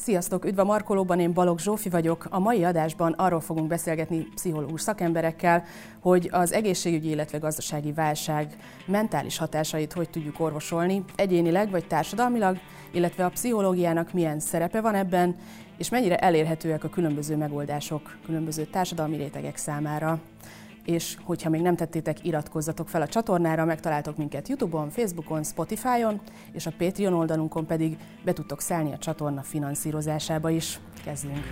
Sziasztok! Üdv a Markolóban, én Balogh Zsófi vagyok. A mai adásban arról fogunk beszélgetni pszichológus szakemberekkel, hogy az egészségügyi, illetve gazdasági válság mentális hatásait hogy tudjuk orvosolni, egyénileg vagy társadalmilag, illetve a pszichológiának milyen szerepe van ebben, és mennyire elérhetőek a különböző megoldások különböző társadalmi rétegek számára. És hogyha még nem tettétek, iratkozzatok fel a csatornára, megtaláltok minket YouTube-on, Facebookon, Spotify-on, és a Patreon oldalunkon pedig be tudtok szállni a csatorna finanszírozásába is. Kezdjünk!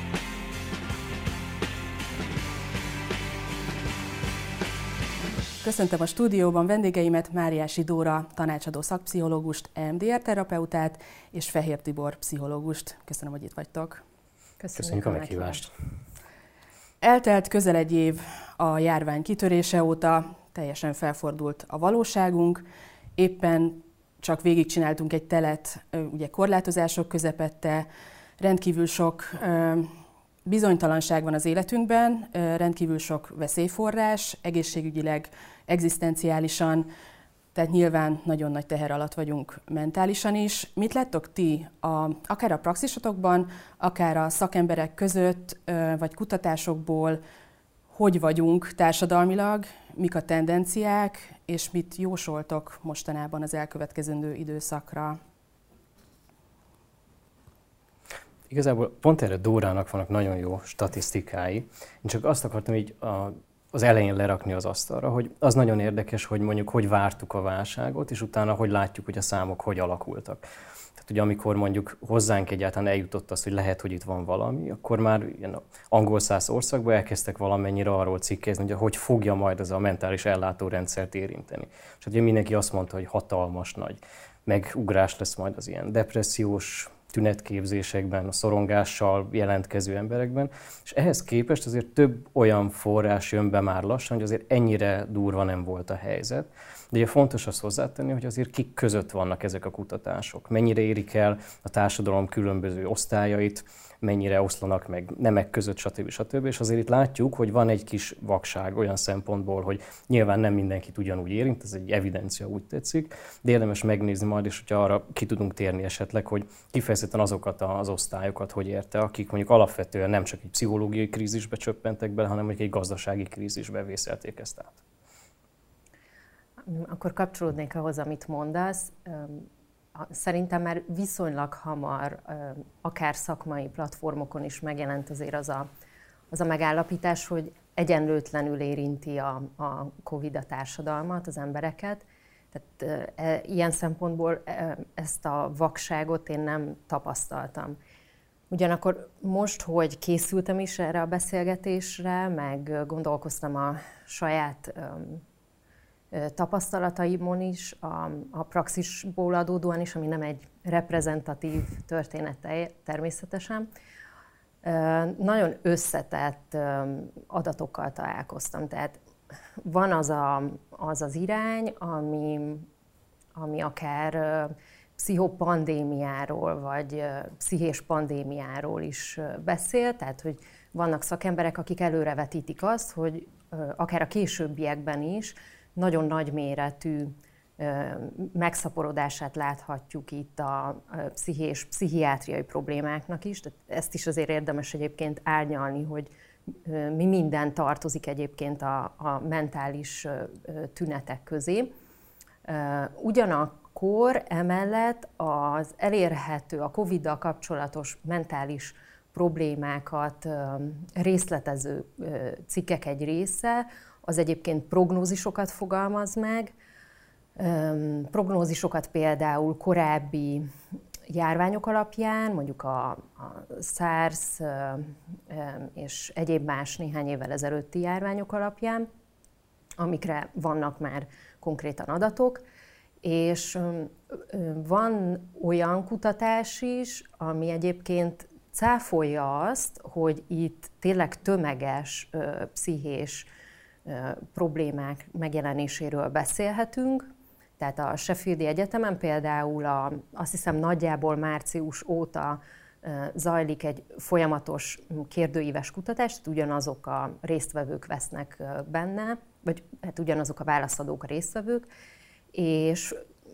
Köszöntöm a stúdióban vendégeimet, Máriási Dóra, tanácsadó szakpszichológust, EMDR terapeutát, és Fehér Tibor pszichológust. Köszönöm, hogy itt vagytok. Köszönjük a meghívást. Eltelt közel egy év a járvány kitörése óta, teljesen felfordult a valóságunk. Éppen csak végigcsináltunk egy telet, ugye korlátozások közepette, rendkívül sok bizonytalanság van az életünkben, rendkívül sok veszélyforrás, egészségügyileg, egzisztenciálisan, tehát nyilván nagyon nagy teher alatt vagyunk mentálisan is. Mit láttok ti, akár a praxisotokban, akár a szakemberek között, vagy kutatásokból, hogy vagyunk társadalmilag, mik a tendenciák, és mit jósoltok mostanában az elkövetkezendő időszakra? Igazából pont erre Dórának vannak nagyon jó statisztikái. Én csak azt akartam így az elején lerakni az asztalra, hogy az nagyon érdekes, hogy mondjuk hogy vártuk a válságot, és utána hogy látjuk, hogy a számok hogy alakultak. Tehát ugye amikor mondjuk hozzánk egyáltalán eljutott az, hogy lehet, hogy itt van valami, akkor már ilyen angol-szász országban elkezdtek valamennyire arról cikkezni, hogy fogja majd ez a mentális ellátórendszert érinteni. És ugye mindenki azt mondta, hogy hatalmas nagy megugrás lesz majd az ilyen depressziós tünetképzésekben, a szorongással jelentkező emberekben, és ehhez képest azért több olyan forrás jön be már lassan, hogy azért ennyire durva nem volt a helyzet. De ugye fontos azt hozzátenni, hogy azért kik között vannak ezek a kutatások, mennyire érik el a társadalom különböző osztályait, mennyire oszlanak meg nemek között, stb. És azért itt látjuk, hogy van egy kis vakság olyan szempontból, hogy nyilván nem mindenkit ugyanúgy érint, ez egy evidencia, úgy tetszik, de érdemes megnézni majd, és hogyha arra ki tudunk térni esetleg, hogy kifejezetten azokat az osztályokat hogy érte, akik mondjuk alapvetően nem csak egy pszichológiai krízisbe csöppentek bele, hanem mondjuk egy gazdasági krízisbe vészelték ezt át. Akkor kapcsolódnék ahhoz, amit mondasz. Szerintem már viszonylag hamar, akár szakmai platformokon is megjelent azért az a megállapítás, hogy egyenlőtlenül érinti a Covid a társadalmat, az embereket. Tehát ilyen szempontból ezt a vakságot én nem tapasztaltam. Ugyanakkor most, hogy készültem is erre a beszélgetésre, meg gondolkoztam a saját tapasztalataimon is, a praxisból adódóan is, ami nem egy reprezentatív történet természetesen. Nagyon összetett adatokkal találkoztam. Tehát van az irány, ami akár pszichopandémiáról, vagy pszichés pandémiáról is beszél, tehát hogy vannak szakemberek, akik előrevetítik azt, hogy akár a későbbiekben is nagyon nagy méretű megszaporodását láthatjuk itt a pszichiátriai problémáknak is. Tehát ezt is azért érdemes egyébként árnyalni, hogy mi minden tartozik egyébként a mentális tünetek közé. Ugyanakkor emellett az elérhető, a Covid-dal kapcsolatos mentális problémákat részletező cikkek egy része, az egyébként prognózisokat fogalmaz meg. Prognózisokat például korábbi járványok alapján, mondjuk a SARS és egyéb más néhány évvel ezelőtti járványok alapján, amikre vannak már konkrétan adatok, és van olyan kutatás is, ami egyébként cáfolja azt, hogy itt tényleg tömeges pszichés problémák megjelenéséről beszélhetünk. Tehát a Sheffieldi Egyetemen például azt hiszem nagyjából március óta zajlik egy folyamatos kérdőíves kutatás, tehát ugyanazok a résztvevők vesznek benne, vagy hát ugyanazok a válaszadók a résztvevők, és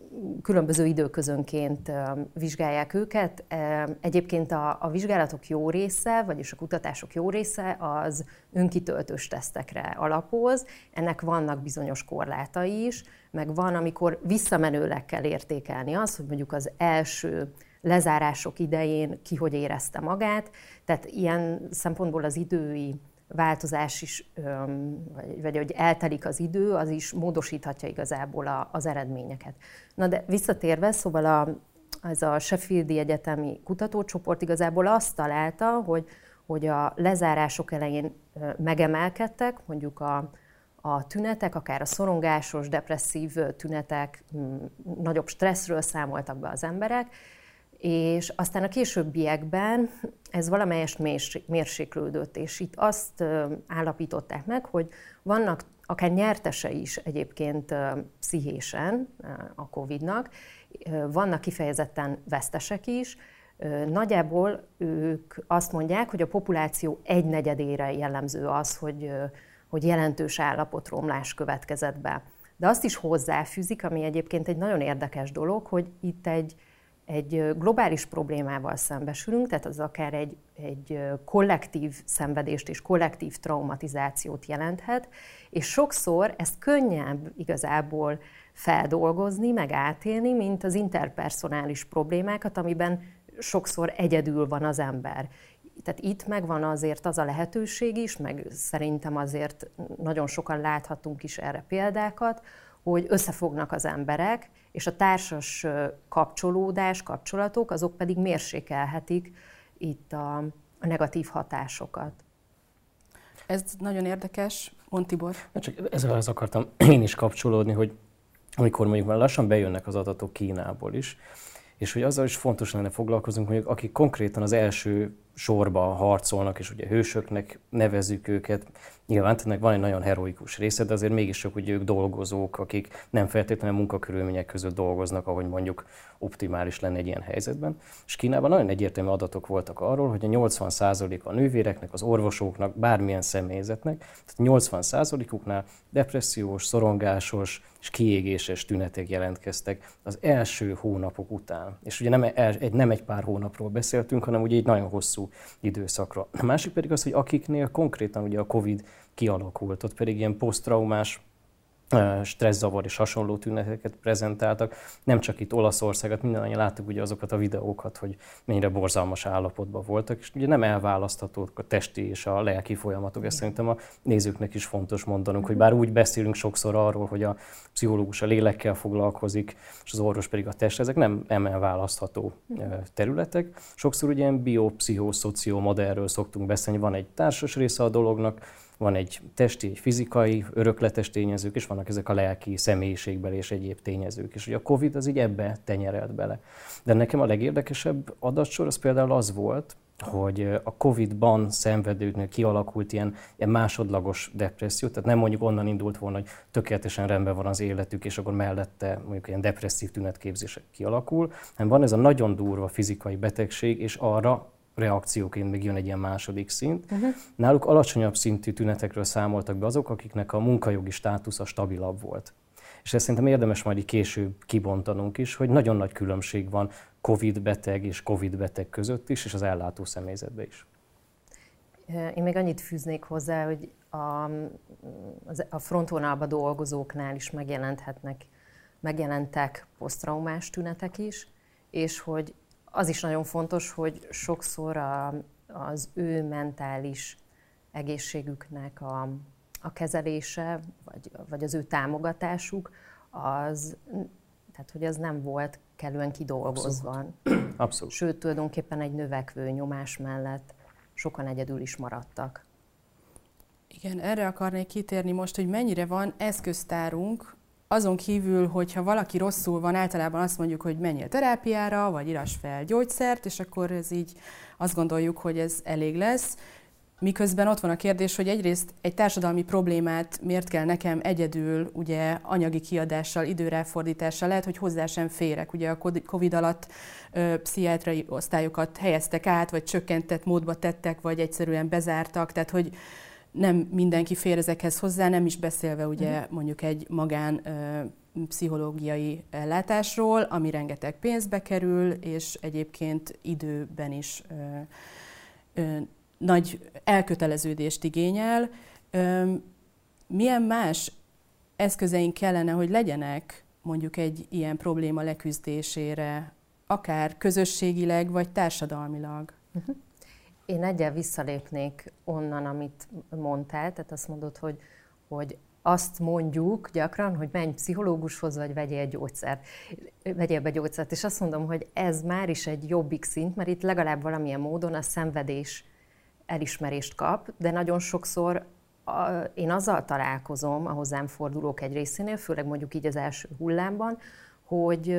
különböző időközönként vizsgálják őket. Egyébként a vizsgálatok jó része, vagyis a kutatások jó része az önkitöltős tesztekre alapoz. Ennek vannak bizonyos korlátai is, meg van, amikor visszamenőleg kell értékelni azt, hogy mondjuk az első lezárások idején ki hogy érezte magát. Tehát ilyen szempontból az idői változás is, vagy hogy eltelik az idő, az is módosíthatja igazából az eredményeket. Na de visszatérve, szóval ez a Sheffieldi Egyetemi Kutatócsoport igazából azt találta, hogy a lezárások elején megemelkedtek, mondjuk a tünetek, akár a szorongásos, depresszív tünetek, nagyobb stresszről számoltak be az emberek, és aztán a későbbiekben ez valamelyest mérséklődött, és itt azt állapították meg, hogy vannak akár nyertesei is egyébként pszichésen a Covid-nak, vannak kifejezetten vesztesek is. Nagyjából ők azt mondják, hogy a populáció 1/4-ére jellemző az, hogy jelentős állapotromlás következett be. De azt is hozzáfűzik, ami egyébként egy nagyon érdekes dolog, hogy itt egy globális problémával szembesülünk, tehát az akár egy kollektív szenvedést és kollektív traumatizációt jelenthet, és sokszor ezt könnyebb igazából feldolgozni, meg átélni, mint az interpersonális problémákat, amiben sokszor egyedül van az ember. Tehát itt megvan azért az a lehetőség is, meg szerintem azért nagyon sokan láthatunk is erre példákat, hogy összefognak az emberek, és a társas kapcsolatok, azok pedig mérsékelhetik itt a negatív hatásokat. Ez nagyon érdekes. Mond Tibor. Csak ezzel akartam én is kapcsolódni, hogy amikor mondjuk már lassan bejönnek az adatok Kínából is, és hogy azzal is fontos lenne foglalkozunk, mondjuk akik konkrétan az első sorba harcolnak, és ugye hősöknek nevezzük őket. Nyilván ennek van egy nagyon heroikus része, de azért mégis sok, hogy ők dolgozók, akik nem feltétlenül munkakörülmények között dolgoznak, ahogy mondjuk optimális lenne egy ilyen helyzetben. És Kínában nagyon egyértelmű adatok voltak arról, hogy a 80% a nővéreknek, az orvosoknak, bármilyen személyzetnek, tehát 80%-uknál depressziós, szorongásos és kiégéses tünetek jelentkeztek az első hónapok után. És ugye nem egy pár hónapról beszéltünk, hanem ugye egy nagyon hosszú időszakra. A másik pedig az, hogy akiknél konkrétan ugye a Covid kialakult, ott pedig ilyen poszttraumás stresszavar és hasonló tüneteket prezentáltak. Nem csak itt Olaszországot, mindannyian láttuk ugye azokat a videókat, hogy mennyire borzalmas állapotban voltak, és ugye nem elválaszthatók a testi és a lelki folyamatok. Ezt szerintem a nézőknek is fontos mondanunk, hogy bár úgy beszélünk sokszor arról, hogy a pszichológus a lélekkel foglalkozik, és az orvos pedig a test, ezek nem elválasztható területek. Sokszor ugye ilyen biopszichoszoció modellről szoktunk beszélni, van egy társas része a dolognak, van egy testi, egy fizikai, örökletes tényezők, és vannak ezek a lelki, személyiségbeli és egyéb tényezők. És ugye a Covid az így ebbe tenyerelt bele. De nekem a legérdekesebb adatsor az például az volt, hogy a Covid-ban szenvedőknél kialakult ilyen másodlagos depresszió, tehát nem mondjuk onnan indult volna, hogy tökéletesen rendben van az életük, és akkor mellette mondjuk ilyen depresszív tünetképzések kialakul, hanem van ez a nagyon durva fizikai betegség, és arra reakcióként még jön egy ilyen második szint. Náluk alacsonyabb szintű tünetekről számoltak be azok, akiknek a munkajogi státusza stabilabb volt. És ezt szerintem érdemes majd így később kibontanunk is, hogy nagyon nagy különbség van Covid beteg és Covid beteg között is, és az ellátó személyzetben is. Én még annyit fűznék hozzá, hogy a frontvonalban dolgozóknál is megjelentek poszttraumás tünetek is, és hogy az is nagyon fontos, hogy sokszor az ő mentális egészségüknek a kezelése, vagy az ő támogatásuk, tehát hogy az nem volt kellően kidolgozva. Abszolút. Sőt, tulajdonképpen egy növekvő nyomás mellett sokan egyedül is maradtak. Igen, erre akarnék kitérni most, hogy mennyire van eszköztárunk, azon kívül, hogyha valaki rosszul van, általában azt mondjuk, hogy menjél terápiára, vagy írass fel gyógyszert, és akkor ez így azt gondoljuk, hogy ez elég lesz. Miközben ott van a kérdés, hogy egyrészt egy társadalmi problémát miért kell nekem egyedül, ugye anyagi kiadással, időráfordítással, lehet, hogy hozzá sem férek. Ugye a Covid alatt pszichiátriai osztályokat helyeztek át, vagy csökkentett módba tettek, vagy egyszerűen bezártak, tehát hogy nem mindenki fér ezekhez hozzá, nem is beszélve ugye mondjuk egy magán pszichológiai ellátásról, ami rengeteg pénzbe kerül, és egyébként időben is nagy elköteleződést igényel. Milyen más eszközeink kellene, hogy legyenek mondjuk egy ilyen probléma leküzdésére, akár közösségileg, vagy társadalmilag? Én egyel visszalépnék onnan, amit mondtál, tehát azt mondod, hogy azt mondjuk gyakran, hogy menj pszichológushoz, vagy vegyél be gyógyszert. És azt mondom, hogy ez már is egy jobbik szint, mert itt legalább valamilyen módon a szenvedés elismerést kap, de nagyon sokszor én azzal találkozom, a hozzám fordulók egy részénél, főleg mondjuk így az első hullámban, hogy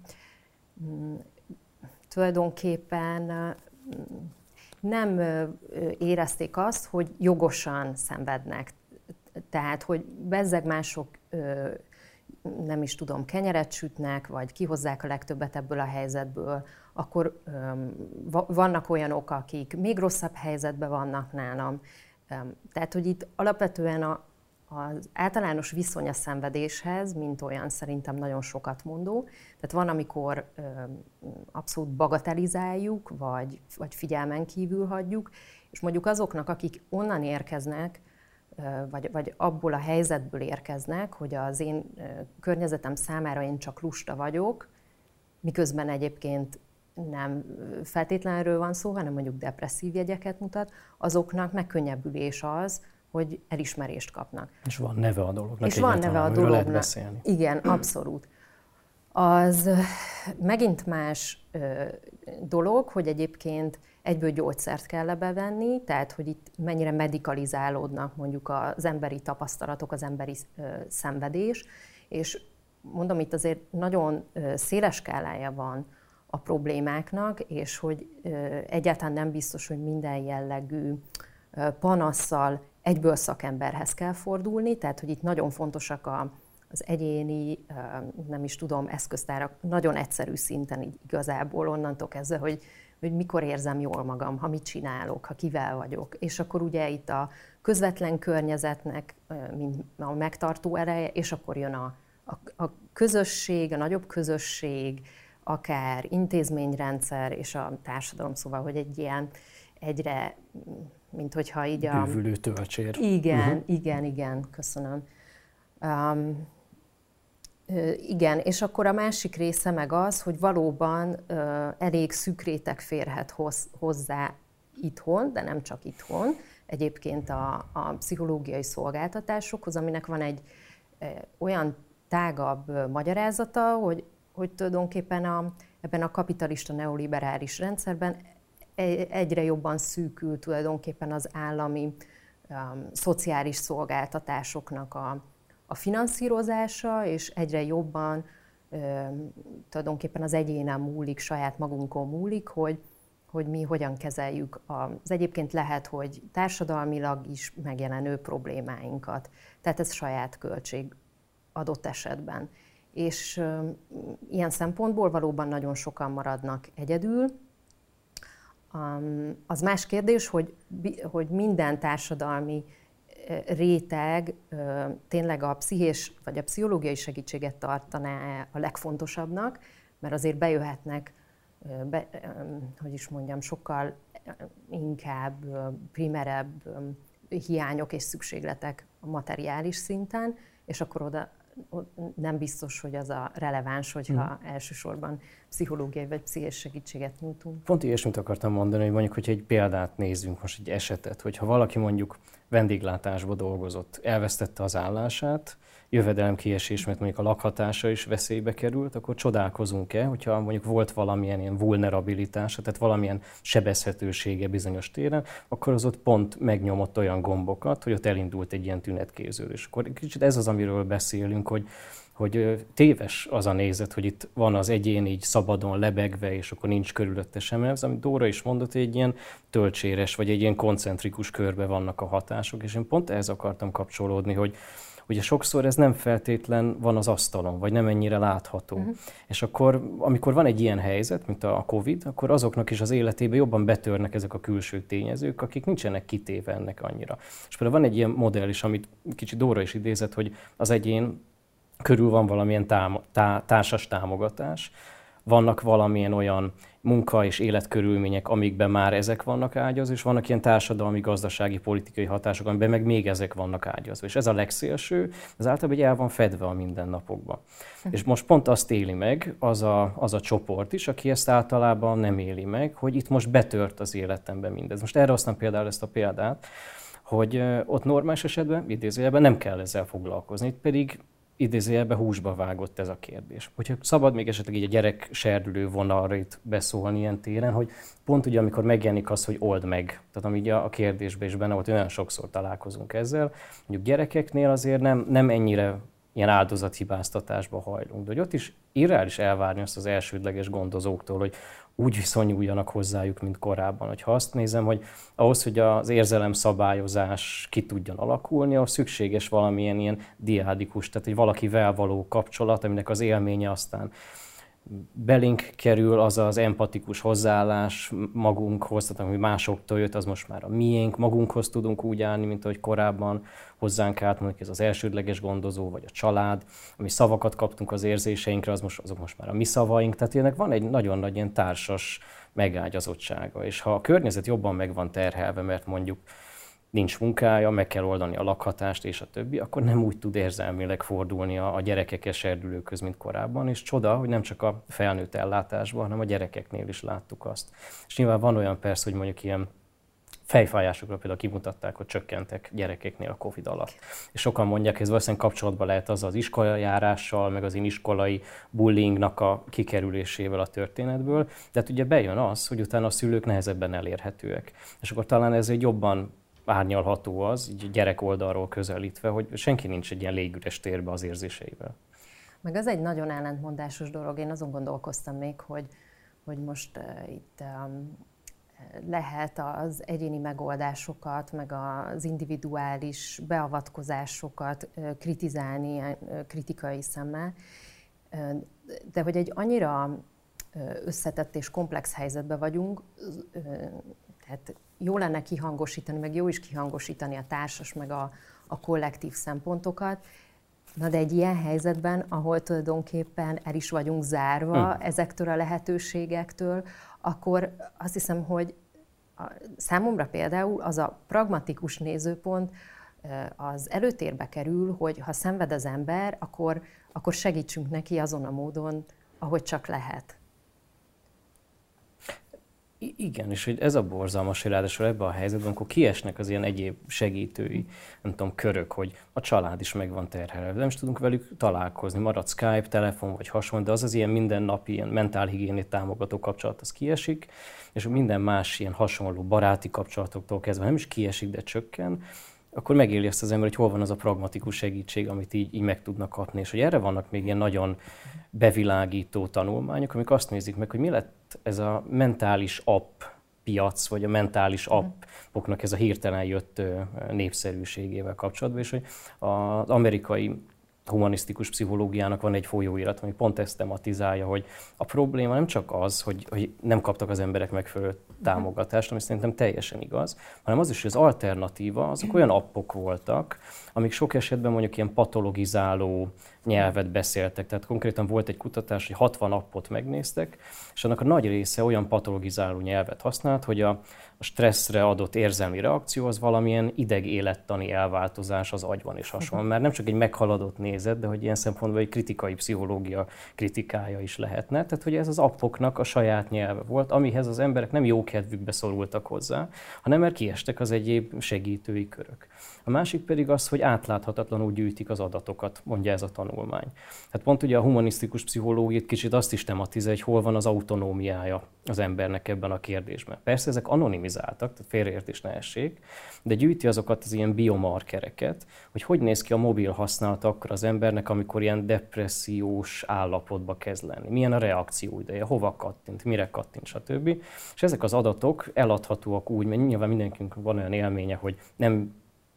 tulajdonképpen nem érezték azt, hogy jogosan szenvednek. Tehát, hogy bezzeg mások, nem is tudom, kenyeret sütnek, vagy kihozzák a legtöbbet ebből a helyzetből, akkor vannak olyanok, akik még rosszabb helyzetben vannak nálam. Tehát, hogy itt alapvetően az általános viszony a szenvedéshez, mint olyan, szerintem nagyon sokat mondó. Tehát van, amikor abszolút bagatelizáljuk, vagy figyelmen kívül hagyjuk, és mondjuk azoknak, akik onnan érkeznek, vagy abból a helyzetből érkeznek, hogy az én környezetem számára én csak lusta vagyok, miközben egyébként nem feltétlenül van szó, hanem mondjuk depresszív jegyeket mutat, azoknak megkönnyebbülés az, hogy elismerést kapnak. És van neve a dolognak. És van neve a dolognak. Lehet beszélni. Igen, abszolút. Az megint más dolog, hogy egyébként egyből gyógyszert kell bevenni, tehát hogy itt mennyire medikalizálódnak mondjuk az emberi tapasztalatok, az emberi szenvedés, és mondom, itt azért nagyon széles skálája van a problémáknak, és hogy egyáltalán nem biztos, hogy minden jellegű panasszal egyből szakemberhez kell fordulni, tehát hogy itt nagyon fontosak az egyéni, nem is tudom, eszköztárak nagyon egyszerű szinten igazából onnantól kezdve, hogy mikor érzem jól magam, ha mit csinálok, ha kivel vagyok. És akkor ugye itt a közvetlen környezetnek mint a megtartó ereje, és akkor jön a közösség, a nagyobb közösség, akár intézményrendszer és a társadalom, szóval, hogy egy ilyen egyre, mint hogyha így a... Bővülő tölcsér. Igen, köszönöm. Igen, és akkor a másik része meg az, hogy valóban elég szűk réteg férhet hozzá itthon, de nem csak itthon, egyébként a pszichológiai szolgáltatásokhoz, aminek van egy olyan tágabb magyarázata, hogy tulajdonképpen ebben a kapitalista neoliberális rendszerben egyre jobban szűkül tulajdonképpen az állami szociális szolgáltatásoknak a finanszírozása, és egyre jobban tulajdonképpen az egyénen múlik, saját magunkon múlik, hogy mi hogyan kezeljük az egyébként lehet, hogy társadalmilag is megjelenő problémáinkat. Tehát ez saját költség adott esetben. És ilyen szempontból valóban nagyon sokan maradnak egyedül. Az más kérdés, hogy minden társadalmi réteg tényleg a pszichés vagy a pszichológiai segítséget tartaná a legfontosabbnak, mert azért bejöhetnek, sokkal inkább primerebb hiányok és szükségletek a materiális szinten, és akkor oda nem biztos, hogy az a releváns, hogyha elsősorban pszichológiai vagy pszichés segítséget nyújtunk. Pont ilyesmit akartam mondani, hogy mondjuk, hogyha egy példát nézzünk, most egy esetet, hogyha valaki mondjuk vendéglátásba dolgozott, elvesztette az állását, jövedelemkiesés, mert mondjuk a lakhatása is veszélybe került, akkor csodálkozunk-e, hogyha mondjuk volt valamilyen ilyen vulnerabilitása, tehát valamilyen sebezhetősége bizonyos téren, akkor az ott pont megnyomott olyan gombokat, hogy ott elindult egy ilyen tünetképződés. Akkor kicsit ez az, amiről beszélünk, hogy téves az a nézet, hogy itt van az egyén így szabadon lebegve, és akkor nincs körülötte sem. Ez, amit Dóra is mondott, hogy egy ilyen töltséres, vagy egy ilyen koncentrikus körbe vannak a hatások, és én pont ehhez akartam kapcsolódni, hogy ugye sokszor ez nem feltétlen van az asztalon, vagy nem ennyire látható. És akkor, amikor van egy ilyen helyzet, mint a Covid, akkor azoknak is az életébe jobban betörnek ezek a külső tényezők, akik nincsenek kitéve ennek annyira. És például van egy ilyen modell is, amit kicsit Dóra is idézett, hogy az egyén körül van valamilyen társas támogatás, vannak valamilyen olyan munka- és életkörülmények, amikben már ezek vannak ágyazva, és vannak ilyen társadalmi, gazdasági, politikai hatások, amiben meg még ezek vannak ágyazva. És ez a legszélső, ez általában el van fedve a mindennapokban. És most pont azt éli meg az a csoport is, aki ezt általában nem éli meg, hogy itt most betört az életemben mindez. Most erre hoztam például ezt a példát, hogy ott normális esetben, idézőjelben nem kell ezzel foglalkozni, itt pedig idézőjelben húsba vágott ez a kérdés. Hogyha szabad még esetleg így a gyerek serdülő vonalra itt beszólni ilyen téren, hogy pont ugye amikor megjelenik az, hogy old meg, tehát ami a kérdésben is benne volt, olyan sokszor találkozunk ezzel, mondjuk gyerekeknél azért nem ennyire ilyen áldozathibáztatásba hajlunk, de hogy ott is irreális elvárni azt az elsődleges gondozóktól, hogy úgy viszonyuljanak hozzájuk, mint korábban. Hogyha azt nézem, hogy ahhoz, hogy az érzelemszabályozás ki tudjon alakulni, ahhoz szükséges valamilyen ilyen diádikus, tehát egy valakivel való kapcsolat, aminek az élménye aztán belénk kerül, az az empatikus hozzáállás magunkhoz, tehát ami másoktól jött, az most már a miénk, magunkhoz tudunk úgy állni, mint ahogy korábban hozzánk állt, mondjuk ez az elsődleges gondozó, vagy a család, ami szavakat kaptunk az érzéseinkre, azok most már a mi szavaink, tehát ennek van egy nagyon nagy ilyen társas megágyazottsága, és ha a környezet jobban meg van terhelve, mert mondjuk nincs munkája, meg kell oldani a lakhatást és a többi, akkor nem úgy tud érzelmileg fordulni a gyerekek serdülőkhöz, mint korábban, és csoda, hogy nem csak a felnőtt ellátásban, hanem a gyerekeknél is láttuk azt. És nyilván van olyan persze, hogy mondjuk ilyen fejfájásokra például kimutatták, hogy csökkentek gyerekeknél a Covid alatt. És sokan mondják, hogy ez valószínűleg kapcsolatban lehet az iskolajárással, meg az én iskolai bullyingnak a kikerülésével a történetből, de hát ugye bejön az, hogy utána a szülők nehezebben elérhetőek. És akkor talán ez egy jobban árnyalható az, így gyerek oldalról közelítve, hogy senki nincs egy ilyen légüres térbe az érzéseivel. Meg az egy nagyon ellentmondásos dolog, én azon gondolkoztam még, hogy most itt lehet az egyéni megoldásokat, meg az individuális beavatkozásokat kritizálni kritikai szemmel, de hogy egy annyira összetett és komplex helyzetben vagyunk, tehát jó lenne kihangosítani, meg jó is kihangosítani a társas, meg a kollektív szempontokat. Na de egy ilyen helyzetben, ahol tulajdonképpen el is vagyunk zárva ezektől a lehetőségektől, akkor azt hiszem, hogy számomra például az a pragmatikus nézőpont az előtérbe kerül, hogy ha szenved az ember, akkor segítsünk neki azon a módon, ahogy csak lehet. Igen, és hogy ez a borzalmas, hogy ráadásul ebben a helyzetben, amikor kiesnek az ilyen egyéb segítői, nem tudom, körök, hogy a család is meg van terhelve, nem is tudunk velük találkozni, marad Skype, telefon vagy hasonló, de az ilyen mindennapi, ilyen mentálhigiénét támogató kapcsolat, az kiesik, és minden más ilyen hasonló baráti kapcsolatoktól kezdve nem is kiesik, de csökken, akkor megéli ezt az ember, hogy hol van az a pragmatikus segítség, amit így meg tudnak kapni. És hogy erre vannak még ilyen nagyon bevilágító tanulmányok, amik azt nézik meg, hogy mi lett ez a mentális app piac, vagy a mentális appoknak ez a hirtelen jött népszerűségével kapcsolatban, és hogy az amerikai humanisztikus pszichológiának van egy folyóirat, ami pont ezt tematizálja, hogy a probléma nem csak az, hogy nem kaptak az emberek megfelelő támogatást, ami szerintem teljesen igaz, hanem az is, hogy az alternatíva, azok olyan appok voltak, amik sok esetben mondjuk ilyen patologizáló nyelvet beszéltek. Tehát konkrétan volt egy kutatás, hogy 60 appot megnéztek, és annak a nagy része olyan patologizáló nyelvet használt, hogy a stresszre adott érzelmi reakció az valamilyen ideg élettani elváltozás az agyban is hasonló. Mert nem csak egy meghaladott nézet, de hogy ilyen szempontból egy kritikai pszichológia kritikája is lehetne. Tehát, hogy ez az appoknak a saját nyelve volt, amihez az emberek nem jó kedvükbe szorultak hozzá, hanem mert kiestek az egyéb segítői körök. A másik pedig az, hogy átláthatatlanul gyűjtik az adatokat, mondja ez a tanulmány. Hát pont ugye a humanisztikus pszichológiát kicsit azt is tematizálja, hogy hol van az autonómiája az embernek ebben a kérdésben. Persze ezek anonimizáltak, tehát félreértés ne essék, de gyűjti azokat az ilyen biomarkereket, hogy néz ki a mobil használat akkor az embernek, amikor ilyen depressziós állapotba kezd lenni. Milyen a reakció ideje, hova kattint, mire kattint, stb. És ezek az adatok eladhatóak úgy, mert nyilván mindenkinek van olyan élménye, hogy nem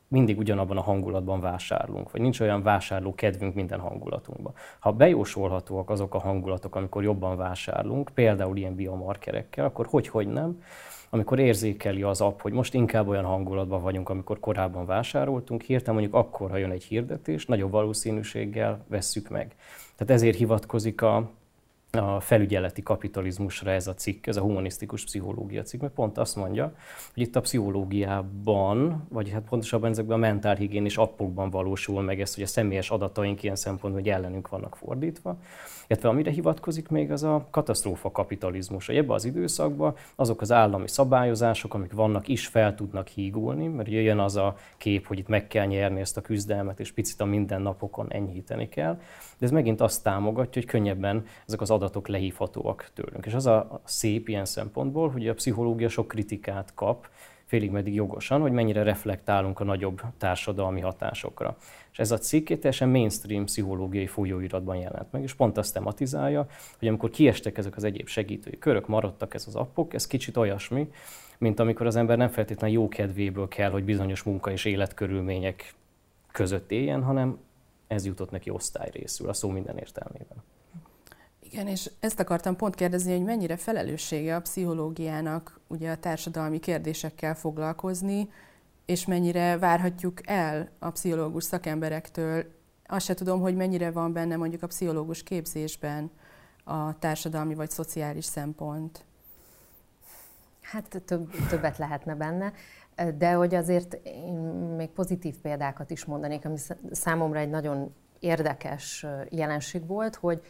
mindig ugyanabban a hangulatban vásárlunk, vagy nincs olyan vásárló kedvünk minden hangulatunkban. Ha bejósolhatóak azok a hangulatok, amikor jobban vásárlunk, például ilyen biomarkerekkel, akkor hogy nem, amikor érzékeli az app, hogy most inkább olyan hangulatban vagyunk, amikor korábban vásároltunk, hirtelen mondjuk akkor, ha jön egy hirdetés, nagyobb valószínűséggel vesszük meg. Tehát ezért hivatkozik a felügyeleti kapitalizmusra ez a cikk, ez a humanisztikus pszichológia cikk, mert pont azt mondja, hogy itt a pszichológiában, vagy hát pontosabban ezekben a mentálhigiénis appokban valósul meg ez, hogy a személyes adataink ilyen szempontból, hogy ellenünk vannak fordítva. Illetve amire hivatkozik még, az a katasztrófa kapitalizmus. Ebben az időszakban azok az állami szabályozások, amik vannak, is fel tudnak hígulni, mert ugye jön az a kép, hogy itt meg kell nyerni ezt a küzdelmet, és picit a mindennapokon enyhíteni kell. De ez megint azt támogatja, hogy könnyebben ezek az adatok lehívhatóak tőlünk. És az a szép ilyen szempontból, hogy a pszichológia sok kritikát kap, félig meddig jogosan, hogy mennyire reflektálunk a nagyobb társadalmi hatásokra. És ez a cikk teljesen mainstream pszichológiai folyóiratban jelent meg, és pont azt tematizálja, hogy amikor kiestek ezek az egyéb segítői körök, maradtak ez az appok, ez kicsit olyasmi, mint amikor az ember nem feltétlenül jó kedvéből kell, hogy bizonyos munka és életkörülmények között éljen, hanem ez jutott neki osztályrészül, a szó minden értelmében. Igen, és ezt akartam pont kérdezni, hogy mennyire felelőssége a pszichológiának ugye a társadalmi kérdésekkel foglalkozni, és mennyire várhatjuk el a pszichológus szakemberektől. Azt se tudom, hogy mennyire van benne mondjuk a pszichológus képzésben a társadalmi vagy szociális szempont. Hát többet lehetne benne, de hogy azért én még pozitív példákat is mondanék, ami számomra egy nagyon érdekes jelenség volt, hogy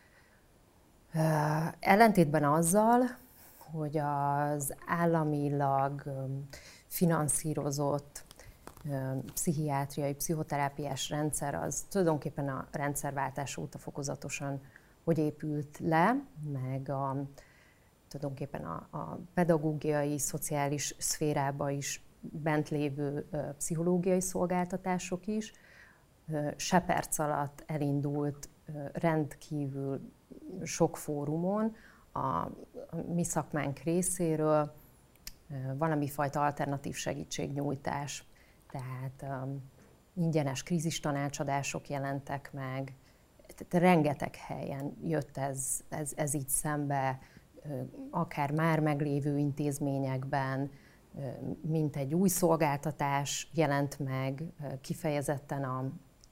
ellentétben azzal, hogy az államilag finanszírozott pszichiátriai, pszichoterápiás rendszer az tulajdonképpen a rendszerváltás óta fokozatosan hogy épült le, meg tulajdonképpen a pedagógiai, szociális szférába is bent lévő pszichológiai szolgáltatások is. Se perc alatt elindult rendkívül sok fórumon a mi szakmánk részéről valami fajta alternatív segítségnyújtás. Tehát ingyenes krízistanácsadások jelentek meg, tehát rengeteg helyen jött ez így szembe, akár már meglévő intézményekben, mint egy új szolgáltatás jelent meg, kifejezetten a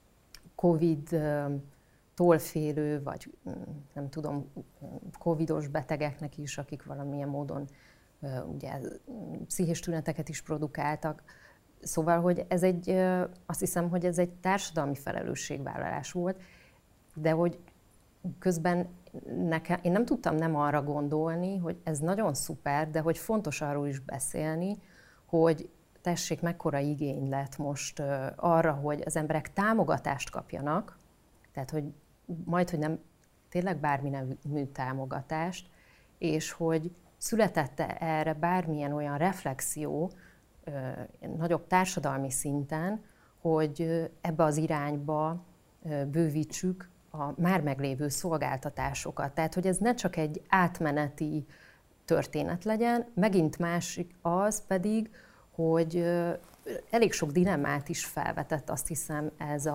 Covid-tól félő, vagy nem tudom, covidos betegeknek is, akik valamilyen módon ugye pszichés tüneteket is produkáltak. Szóval, hogy ez azt hiszem, hogy ez egy társadalmi felelősségvállalás volt, de hogy közben én nem tudtam nem arra gondolni, hogy ez nagyon szuper, de hogy fontos arról is beszélni, hogy tessék, mekkora igény lett most arra, hogy az emberek támogatást kapjanak, tehát hogy majdhogy nem tényleg bármi nemű támogatást, és hogy született erre bármilyen olyan reflexió nagyobb társadalmi szinten, hogy ebbe az irányba bővítsük a már meglévő szolgáltatásokat. Tehát, hogy ez ne csak egy átmeneti történet legyen, megint másik az pedig, hogy elég sok dilemmát is felvetett, azt hiszem,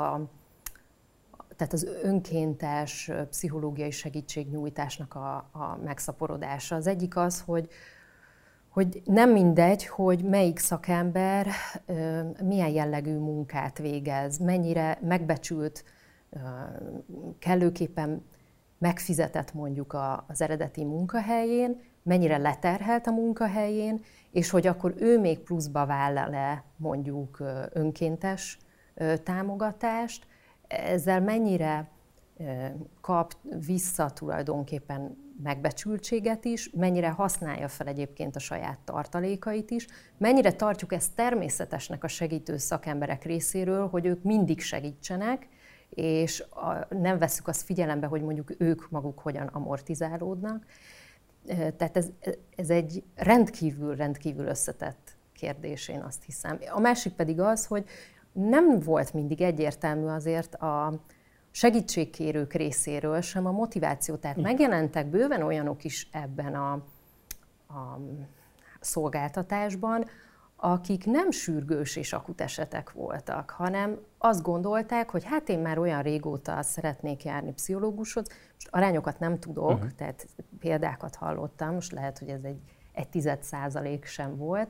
tehát az önkéntes pszichológiai segítségnyújtásnak a megszaporodása. Az egyik az, hogy nem mindegy, hogy melyik szakember milyen jellegű munkát végez, mennyire megbecsült, kellőképpen megfizetett mondjuk az eredeti munkahelyén, mennyire leterhelt a munkahelyén, és hogy akkor ő még pluszba vállal-e mondjuk önkéntes támogatást, ezzel mennyire kap vissza tulajdonképpen megbecsültséget is, mennyire használja fel egyébként a saját tartalékait is, mennyire tartjuk ezt természetesnek a segítő szakemberek részéről, hogy ők mindig segítsenek, és nem vesszük azt figyelembe, hogy mondjuk ők maguk hogyan amortizálódnak. Tehát ez egy rendkívül összetett kérdés, én azt hiszem. A másik pedig az, hogy nem volt mindig egyértelmű azért a segítségkérők részéről sem a motiváció. Tehát megjelentek bőven olyanok is ebben a szolgáltatásban, akik nem sürgős és akut esetek voltak, hanem azt gondolták, hogy hát én már olyan régóta szeretnék járni pszichológushoz, most arányokat nem tudok, tehát példákat hallottam, most lehet, hogy ez egy 10% sem volt,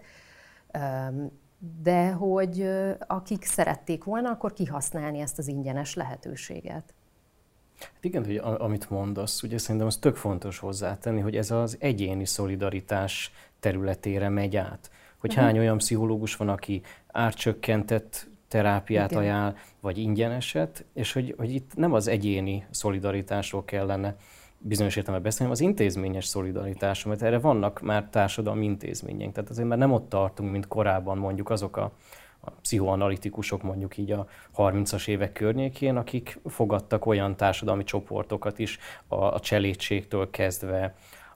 de hogy akik szerették volna, akkor kihasználni ezt az ingyenes lehetőséget. Hát igen, hogy amit mondasz, ugye szerintem az tök fontos hozzátenni, hogy ez az egyéni szolidaritás területére megy át. Hogy hány olyan pszichológus van, aki árcsökkentett terápiát ajánl, vagy ingyeneset, és hogy itt nem az egyéni szolidaritásról kellene bizonyos értelemben beszélni, az intézményes szolidaritásról, mert erre vannak már társadalmi intézményeink. Tehát azért már nem ott tartunk, mint korábban mondjuk azok a pszichoanalitikusok mondjuk így a 30-as évek környékén, akik fogadtak olyan társadalmi csoportokat is, a cselédségtől kezdve,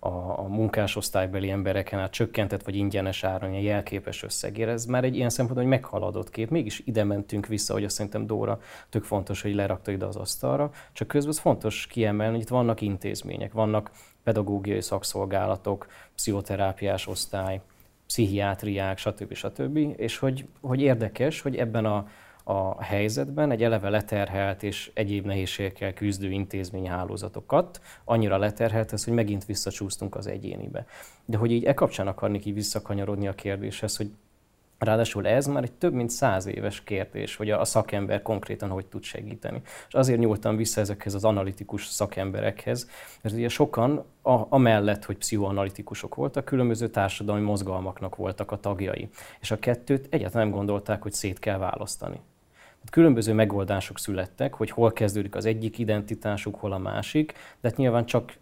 a munkásosztálybeli embereken át csökkentett vagy ingyenes áron egy jelképes összegére. Ez már egy ilyen szempontból, hogy meghaladott kép. Mégis ide mentünk vissza, hogy azt szerintem Dóra tök fontos, hogy lerakta ide az asztalra. Csak közben az fontos kiemelni, hogy itt vannak intézmények, vannak pedagógiai szakszolgálatok, pszichoterápiás osztály, pszichiátriák, stb. És hogy érdekes, hogy ebben a helyzetben egy eleve leterhelt és egyéb nehézségekkel küzdő intézményhálózatokat annyira leterhelt ez, hogy megint visszacsúsztunk az egyénibe. De hogy így kapcsán akarnék így visszakanyarodni a kérdéshez, hogy ráadásul ez már egy több mint 100 éves kérdés, hogy a szakember konkrétan hogy tud segíteni. És azért nyúltam vissza ezekhez az analitikus szakemberekhez, mert ugye sokan amellett, hogy pszichoanalitikusok voltak, különböző társadalmi mozgalmaknak voltak a tagjai. És a kettőt egyáltalán nem gondolták, hogy szét kell választani. Különböző megoldások születtek, hogy hol kezdődik az egyik identitásuk, hol a másik, de hát nyilván csak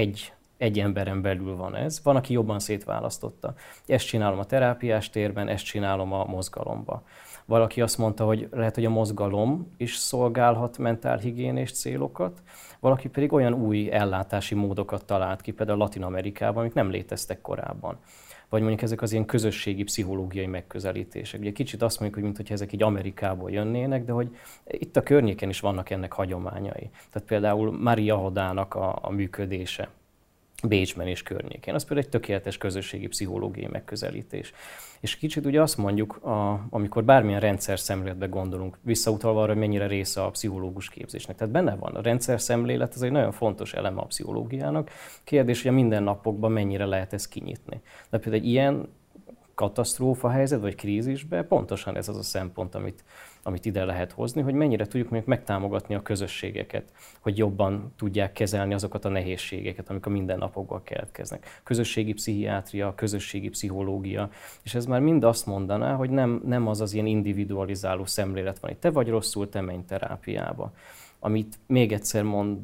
egy emberen belül van ez. Van, aki jobban szétválasztotta. Ezt csinálom a terápiás térben, ezt csinálom a mozgalomba. Valaki azt mondta, hogy lehet, hogy a mozgalom is szolgálhat mentálhigiénés célokat, valaki pedig olyan új ellátási módokat talált ki, például Latin-Amerikában, amik nem léteztek korábban. Vagy mondjuk ezek az ilyen közösségi pszichológiai megközelítések. Ugye kicsit azt mondjuk, hogy mintha ezek így Amerikából jönnének, de hogy itt a környéken is vannak ennek hagyományai. Tehát például Maria Hodának a működése Bécsben és környékén. Az például egy tökéletes közösségi pszichológiai megközelítés. És kicsit ugye azt mondjuk, amikor bármilyen rendszer szemléletbe gondolunk, visszautalva arra, hogy mennyire része a pszichológus képzésnek. Tehát benne van a rendszer szemlélet, ez egy nagyon fontos eleme a pszichológiának. Kérdés, hogy a mindennapokban mennyire lehet ezt kinyitni. De például egy ilyen katasztrófa helyzet vagy krízisben pontosan ez az a szempont, amit ide lehet hozni, hogy mennyire tudjuk mondjuk megtámogatni a közösségeket, hogy jobban tudják kezelni azokat a nehézségeket, amik a mindennapokban keletkeznek. Közösségi pszichiátria, közösségi pszichológia, és ez már mind azt mondaná, hogy nem az ilyen individualizáló szemlélet van, hogy te vagy rosszul, te menj terápiába. Amit még egyszer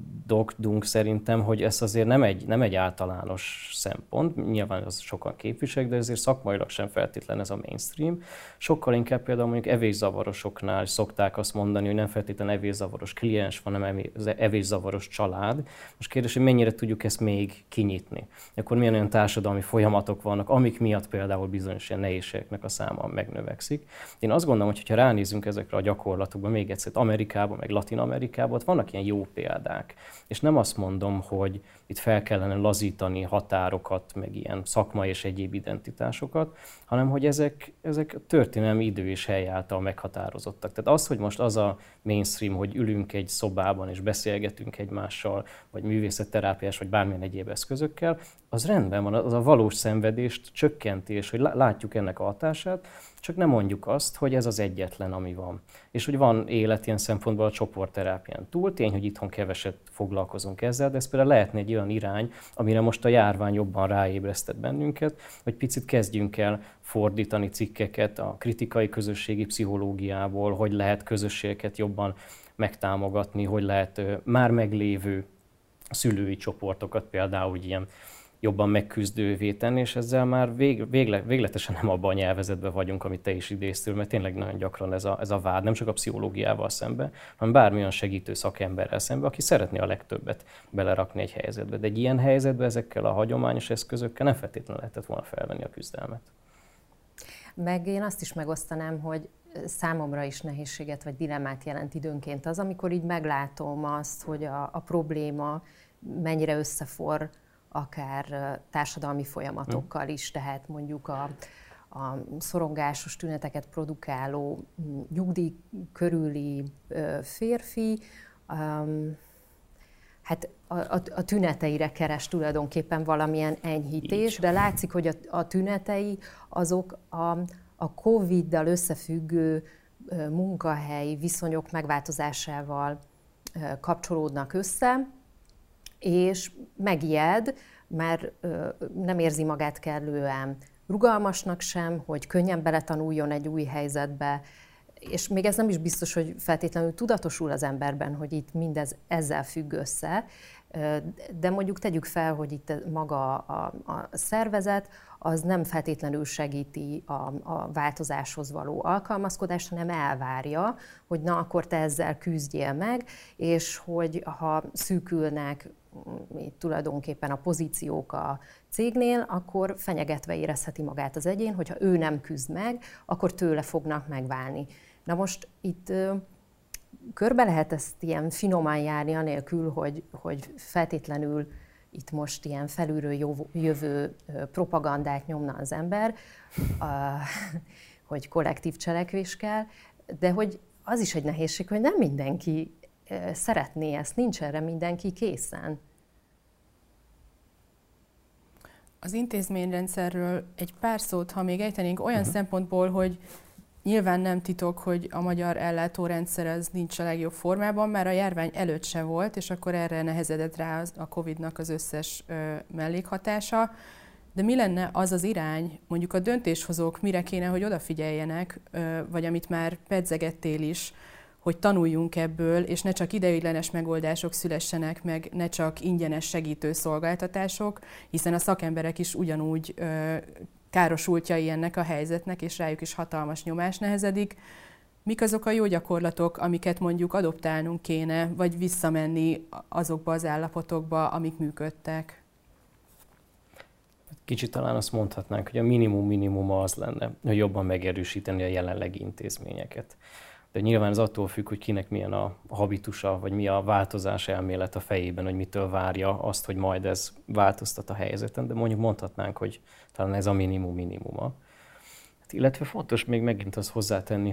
mondok szerintem, hogy ez azért nem egy általános szempont, nyilván az sokan képviselik, de ezért szakmailag sem feltétlen ez a mainstream. Sokkal inkább például mondjuk evészavarosoknál szokták azt mondani, hogy nem feltétlenül evészavaros kliens van, hanem evészavaros család. Most kérdés, hogy mennyire tudjuk ezt még kinyitni. Akkor milyen olyan társadalmi folyamatok vannak, amik miatt például bizonyos ilyen nehézségeknek a száma megnövekszik. Én azt gondolom, hogy ha ránézünk ezekre a gyakorlatokba, még egyszer Amerikában, meg Latin-Amerikában, ott vannak ilyen jó példák. És nem azt mondom, hogy itt fel kellene lazítani határokat, meg ilyen szakmai és egyéb identitásokat, hanem hogy ezek történelmi idő és hely által meghatározottak. Tehát az, hogy most az a mainstream, hogy ülünk egy szobában és beszélgetünk egymással, vagy művészetterápiás, vagy bármilyen egyéb eszközökkel, az rendben van, az a valós szenvedést csökkenti, és hogy látjuk ennek a hatását, csak nem mondjuk azt, hogy ez az egyetlen, ami van. És hogy van élet ilyen szempontból a csoportterápián túl, tény, hogy itthon keveset foglalkozunk ezzel, de ez például lehetne egy olyan irány, amire most a járvány jobban ráébresztett bennünket, hogy picit kezdjünk el fordítani cikkeket a kritikai közösségi pszichológiából, hogy lehet közösségeket jobban megtámogatni, hogy lehet már meglévő szülői csoportokat például ilyen jobban megküzdővé tenni, és ezzel már végletesen nem abban a nyelvezetben vagyunk, amit te is idéztél, mert tényleg nagyon gyakran ez a vád, nem csak a pszichológiával szemben, hanem bármilyen segítő szakemberrel szemben, aki szeretné a legtöbbet belerakni egy helyzetbe. De egy ilyen helyzetbe ezekkel a hagyományos eszközökkel nem feltétlenül lehetett volna felvenni a küzdelmet. Meg én azt is megosztanám, hogy számomra is nehézséget vagy dilemmát jelent időnként az, amikor így meglátom azt, hogy a probléma mennyire összeforr akár társadalmi folyamatokkal is, tehát mondjuk a szorongásos tüneteket produkáló nyugdíj körüli férfi, hát a tüneteire keres tulajdonképpen valamilyen enyhítés, de látszik, hogy a tünetei azok a Covid-dal összefüggő munkahelyi viszonyok megváltozásával kapcsolódnak össze, és megijed, mert nem érzi magát kellően rugalmasnak sem, hogy könnyen beletanuljon egy új helyzetbe, és még ez nem is biztos, hogy feltétlenül tudatosul az emberben, hogy itt mindez ezzel függ össze, de mondjuk tegyük fel, hogy itt maga a szervezet az nem feltétlenül segíti a változáshoz való alkalmazkodást, hanem elvárja, hogy na, akkor te ezzel küzdjél meg, és hogy ha szűkülnek tulajdonképpen a pozíciók a cégnél, akkor fenyegetve érezheti magát az egyén, hogyha ő nem küzd meg, akkor tőle fognak megválni. Na most itt körbe lehet ezt ilyen finoman járni, anélkül, hogy feltétlenül itt most ilyen felülről jövő propagandát nyomna az ember, hogy kollektív cselekvés kell, de hogy az is egy nehézség, hogy nem mindenki szeretné ezt, nincs erre mindenki készen. Az intézményrendszerről egy pár szót, ha még ejtenénk, olyan szempontból, hogy nyilván nem titok, hogy a magyar ellátórendszer az nincs a legjobb formában, már a járvány előtt se volt, és akkor erre nehezedett rá a Covid-nak az összes mellékhatása. De mi lenne az az irány, mondjuk a döntéshozók mire kéne, hogy odafigyeljenek, vagy amit már pedzegettél is, hogy tanuljunk ebből, és ne csak ideiglenes megoldások szülessenek meg, ne csak ingyenes segítő szolgáltatások, hiszen a szakemberek is ugyanúgy károsultjai ennek a helyzetnek, és rájuk is hatalmas nyomás nehezedik. Mik azok a jó gyakorlatok, amiket mondjuk adoptálnunk kéne, vagy visszamenni azokba az állapotokba, amik működtek? Kicsit talán azt mondhatnánk, hogy a minimum az lenne, hogy jobban megerősíteni a jelenlegi intézményeket. De nyilván ez attól függ, hogy kinek milyen a habitusa, vagy mi a változás elmélet a fejében, hogy mitől várja azt, hogy majd ez változtat a helyzeten, de mondjuk mondhatnánk, hogy talán ez a minimuma. Hát, illetve fontos még megint azt hozzátenni,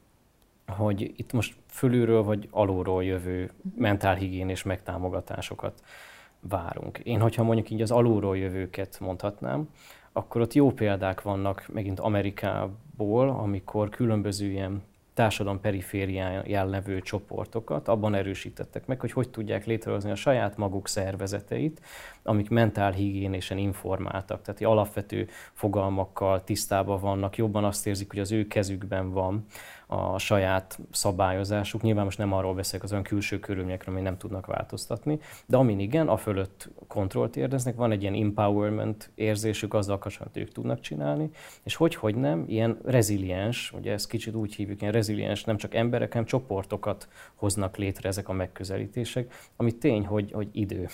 hogy itt most fölülről vagy alulról jövő mentálhigiénés megtámogatásokat várunk. Én, hogyha mondjuk így az alulról jövőket mondhatnám, akkor ott jó példák vannak megint Amerikából, amikor különböző ilyen társadalom perifériáján levő csoportokat abban erősítettek meg, hogy tudják létrehozni a saját maguk szervezeteit, amik mentálhigiénésen informáltak, tehát alapvető fogalmakkal tisztában vannak, jobban azt érzik, hogy az ő kezükben van a saját szabályozásuk. Nyilván most nem arról beszélek, az olyan külső körülményekről, amit nem tudnak változtatni, de amin igen, a fölött kontrollt érznek, van egy ilyen empowerment érzésük, azzal kapcsolatban ők tudnak csinálni, és hogy nem, ilyen reziliens, ugye ezt kicsit úgy hívjuk, ilyen reziliens, nem csak emberek, hanem csoportokat hoznak létre ezek a megközelítések, ami tény, hogy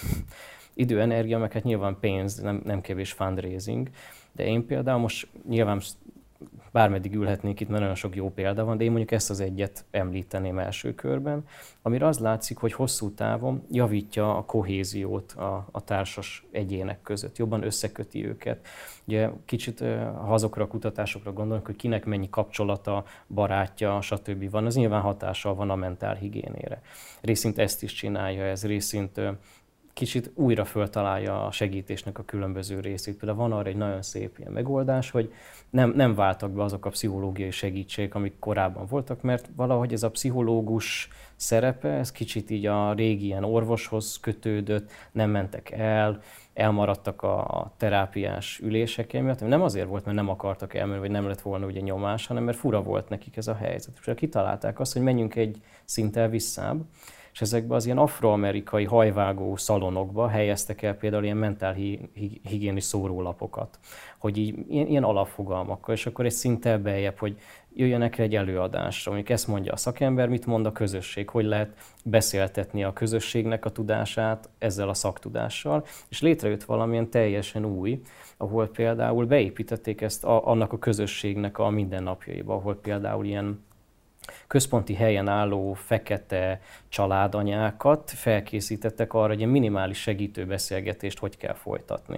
idő, energia, meg hát nyilván pénz, nem kevés fundraising, de én például most nyilván bármeddig ülhetnék itt, mert nagyon sok jó példa van, de én mondjuk ezt az egyet említeném első körben, amire az látszik, hogy hosszú távon javítja a kohéziót a társas egyének között, jobban összeköti őket. Ugye kicsit, ha azokra a kutatásokra gondolunk, hogy kinek mennyi kapcsolata, barátja, stb. Van, az nyilván hatással van a mentálhigiénére. Részint ezt is csinálja ez, részint kicsit újra föltalálja a segítésnek a különböző részét. Például van arra egy nagyon szép ilyen megoldás, hogy nem váltak be azok a pszichológiai segítségek, amik korábban voltak, mert valahogy ez a pszichológus szerepe, ez kicsit így a régi ilyen orvoshoz kötődött, nem mentek el, elmaradtak a terápiás üléseken miatt. Nem azért volt, mert nem akartak elmenni, vagy nem lett volna ugye nyomás, hanem mert fura volt nekik ez a helyzet. És kitalálták azt, hogy menjünk egy szinttel visszább, és ezekben az ilyen afroamerikai hajvágó szalonokba helyeztek el például ilyen mentálhigiénis szórólapokat, hogy így ilyen alapfogalmakkal, és akkor egy szinttel beljebb, hogy jöjjenek egy előadásra, mondjuk ezt mondja a szakember, mit mond a közösség, hogy lehet beszéltetni a közösségnek a tudását ezzel a szaktudással, és létrejött valamilyen teljesen új, ahol például beépítették ezt annak a közösségnek a mindennapjaiba, ahol például ilyen központi helyen álló fekete családanyákat felkészítettek arra, hogy egy minimális segítőbeszélgetést hogy kell folytatni.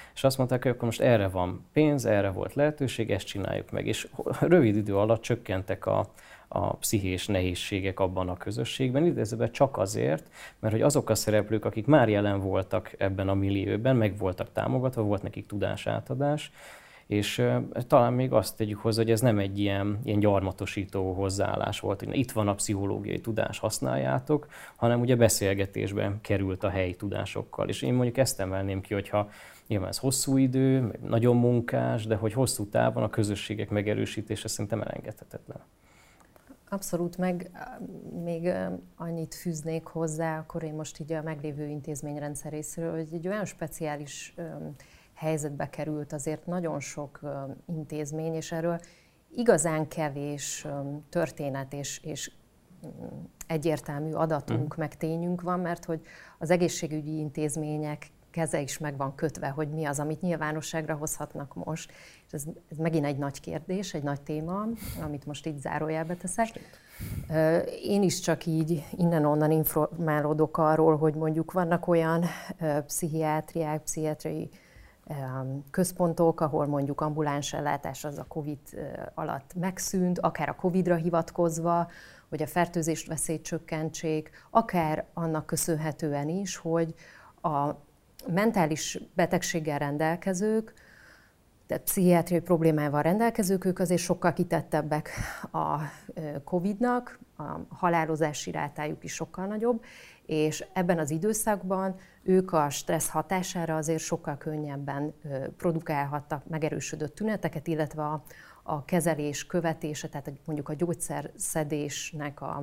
És azt mondták, hogy akkor most erre van pénz, erre volt lehetőség, ezt csináljuk meg. És rövid idő alatt csökkentek a pszichés nehézségek abban a közösségben, idézőben csak azért, mert hogy azok a szereplők, akik már jelen voltak ebben a millióben, meg voltak támogatva, volt nekik tudásátadás, és talán még azt tegyük hozzá, hogy ez nem egy ilyen gyarmatosító hozzáállás volt, hogy itt van a pszichológiai tudás, használjátok, hanem ugye beszélgetésben került a helyi tudásokkal. És én mondjuk ezt emelném ki, hogyha nyilván ez hosszú idő, nagyon munkás, de hogy hosszú távon a közösségek megerősítése szerintem elengedhetetlen. Abszolút, meg még annyit fűznék hozzá, akkor én most így a meglévő intézményrendszer részéről, hogy egy olyan speciális helyzetbe került azért nagyon sok intézmény, és erről igazán kevés történet és egyértelmű adatunk, meg tényünk van, mert hogy az egészségügyi intézmények keze is meg van kötve, hogy mi az, amit nyilvánosságra hozhatnak most. És ez megint egy nagy kérdés, egy nagy téma, amit most így zárójelbe teszek. Én is csak így innen-onnan informálódok arról, hogy mondjuk vannak olyan pszichiátriai központok, ahol mondjuk ambuláns ellátás az a Covid alatt megszűnt, akár a Covidra hivatkozva, hogy a fertőzést veszélyt csökkentsék, akár annak köszönhetően is, hogy a mentális betegséggel rendelkezők, tehát pszichiátriai problémával rendelkezők, ők azért sokkal kitettebbek a Covid-nak, a halálozási rátájuk is sokkal nagyobb, és ebben az időszakban ők a stressz hatására azért sokkal könnyebben produkálhattak megerősödött tüneteket, illetve a kezelés követése, tehát mondjuk a gyógyszerszedésnek a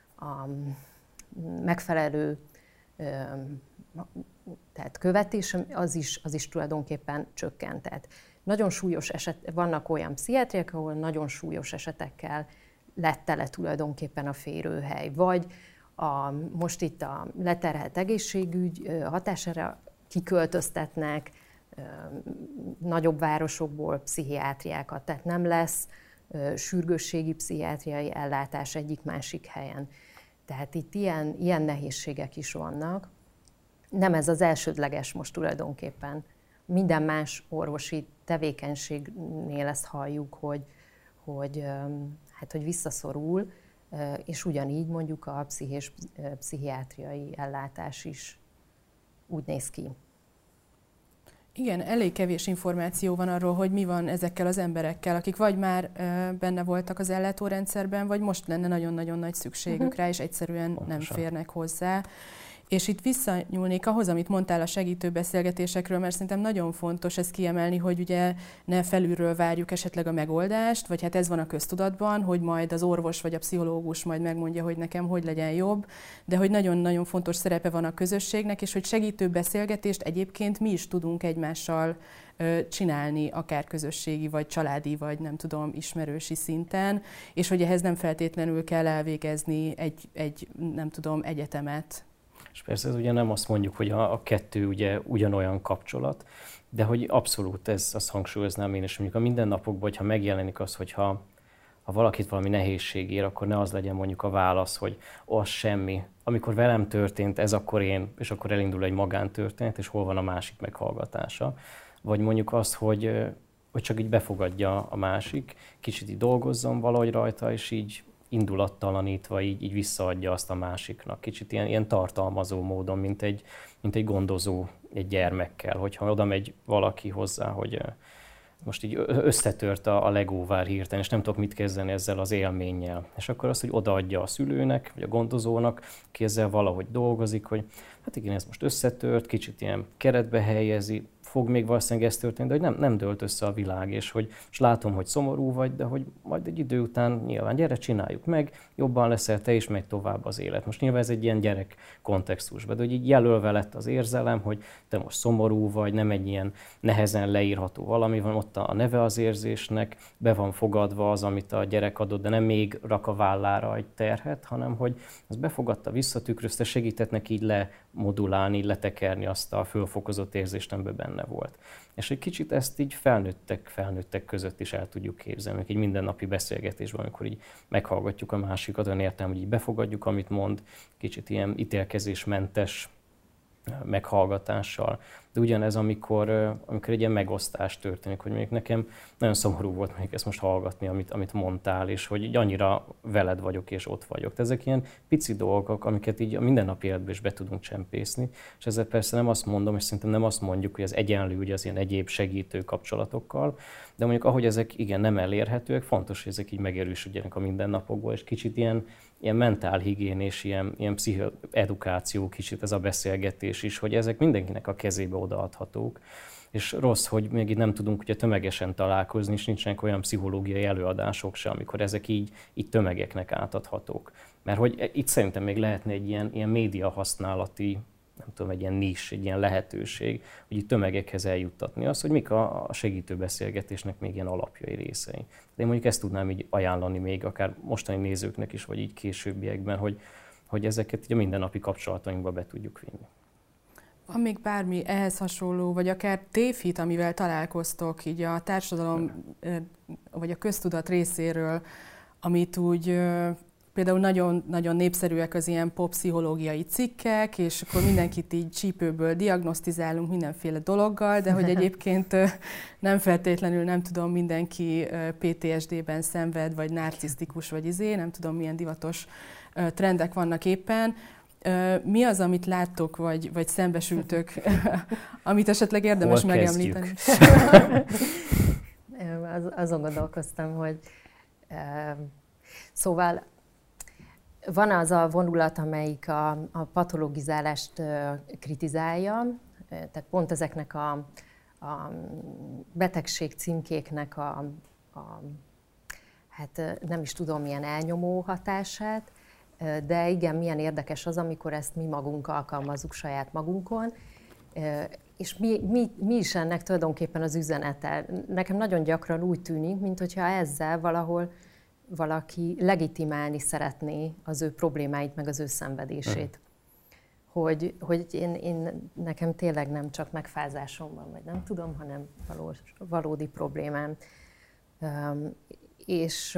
megfelelő tehát követése, az is tulajdonképpen csökkent. Tehát nagyon súlyos vannak olyan pszichiátriák, ahol nagyon súlyos esetekkel lett tele tulajdonképpen a férőhely, vagy most itt a leterhelt egészségügy hatására kiköltöztetnek nagyobb városokból pszichiátriákat, tehát nem lesz sürgősségi pszichiátriai ellátás egyik-másik helyen. Tehát itt ilyen nehézségek is vannak. Nem ez az elsődleges most tulajdonképpen. Minden más orvosi tevékenységnél ezt halljuk, hogy visszaszorul, és ugyanígy mondjuk a pszichiátriai ellátás is úgy néz ki. Igen, elég kevés információ van arról, hogy mi van ezekkel az emberekkel, akik vagy már benne voltak az ellátórendszerben, vagy most lenne nagyon-nagyon nagy szükségük rá, és egyszerűen nem férnek hozzá. És itt visszanyúlnék ahhoz, amit mondtál a segítő beszélgetésekről, mert szerintem nagyon fontos ezt kiemelni, hogy ugye ne felülről várjuk esetleg a megoldást, vagy hát ez van a köztudatban, hogy majd az orvos vagy a pszichológus majd megmondja, hogy nekem hogy legyen jobb, de hogy nagyon-nagyon fontos szerepe van a közösségnek, és hogy segítő beszélgetést egyébként mi is tudunk egymással csinálni, akár közösségi, vagy családi, vagy nem tudom, ismerősi szinten, és hogy ehhez nem feltétlenül kell elvégezni egy nem tudom, egyetemet. És persze ez ugye nem azt mondjuk, hogy a kettő ugye ugyanolyan kapcsolat, de hogy abszolút azt hangsúlyoznám én is, mondjuk a mindennapokban, hogyha megjelenik az, hogy ha valakit valami nehézség ér, akkor ne az legyen mondjuk a válasz, hogy az semmi. Amikor velem történt, ez akkor én, és akkor elindul egy magántörténet, és hol van a másik meghallgatása. Vagy mondjuk azt, hogy csak így befogadja a másik, kicsit így dolgozzon valahogy rajta, és így indulattalanítva így visszaadja azt a másiknak. Kicsit ilyen tartalmazó módon, mint egy gondozó egy gyermekkel. Hogyha oda megy valaki hozzá, hogy most így összetört a legóvár hirtelen, és nem tudok mit kezdeni ezzel az élménnyel. És akkor azt, hogy odaadja a szülőnek, vagy a gondozónak, aki ezzel valahogy dolgozik, hogy hát igen, ez most összetört, kicsit ilyen keretbe helyezi, fog még valószínűleg ez történni, de hogy nem dőlt össze a világ, és látom, hogy szomorú vagy, de hogy majd egy idő után nyilván gyere, csináljuk meg, jobban leszel te is, megy tovább az élet. Most nyilván ez egy ilyen gyerek kontextusban, de hogy így jelölve lett az érzelem, hogy te most szomorú vagy, nem egy ilyen nehezen leírható valami van, ott a neve az érzésnek, be van fogadva az, amit a gyerek adott, de nem még rak a vállára egy terhet, hanem hogy az befogadta, visszatükrözte, segített neki így lemodulálni, letekerni azt a fölfokozott érzést, amiben benne volt. És egy kicsit ezt így felnőttek között is el tudjuk képzelni, egy mindennapi beszélgetésben, amikor így meghallgatjuk a másikat, olyan értelem, hogy így befogadjuk, amit mond, kicsit ilyen ítélkezésmentes meghallgatással, De ugyanez, amikor egy ilyen megosztás történik, hogy mondjuk nekem nagyon szomorú volt még ezt most hallgatni, amit mondtál, és hogy annyira veled vagyok és ott vagyok. De ezek ilyen pici dolgok, amiket így a mindennapi életben is be tudunk csempészni, és ezzel persze nem azt mondom, és szerintem nem azt mondjuk, hogy ez egyenlő ugye az ilyen egyéb segítő kapcsolatokkal, de mondjuk ahogy ezek igen nem elérhetőek, fontos, hogy ezek így megerősödjenek a mindennapokból, és kicsit ilyen mentálhigién és ilyen pszichoedukáció, kicsit ez a beszélgetés is, hogy ezek mindenkinek a kezébe odaadhatók. És rossz, hogy még itt nem tudunk ugye tömegesen találkozni, és nincsenek olyan pszichológiai előadások se, amikor ezek így tömegeknek átadhatók. Mert hogy itt szerintem még lehetne egy ilyen média használati, nem tudom, egy ilyen nis, egy ilyen lehetőség, hogy itt tömegekhez eljuttatni azt, hogy mik a segítő beszélgetésnek még ilyen alapjai részei. De én mondjuk ezt tudnám így ajánlani még akár mostani nézőknek is, vagy így későbbiekben, hogy ezeket így a mindennapi kapcsolatainkba be tudjuk vinni. Van még bármi ehhez hasonló, vagy akár tévhit, amivel találkoztok így a társadalom, vagy a köztudat részéről, amit úgy például nagyon, nagyon népszerűek az ilyen pop-pszichológiai cikkek, és akkor mindenkit így csípőből diagnosztizálunk mindenféle dologgal, de hogy egyébként nem feltétlenül, nem tudom, mindenki PTSD-ben szenved, vagy narcisztikus, vagy nem tudom, milyen divatos trendek vannak éppen. Mi az, amit láttok, vagy szembesültök, amit esetleg érdemes megemlíteni? Azon gondolkoztam, hogy szóval van az a vonulat, amelyik a patologizálást kritizálja, tehát pont ezeknek a betegség címkéknek hát nem is tudom milyen elnyomó hatását, de igen, milyen érdekes az, amikor ezt mi magunk alkalmazzuk saját magunkon, és mi is ennek tulajdonképpen az üzenete. Nekem nagyon gyakran úgy tűnik, mintha ezzel valahol valaki legitimálni szeretné az ő problémáit, meg az ő szenvedését. Hogy én nekem tényleg nem csak megfázásom van, vagy nem tudom, hanem valódi problémám. És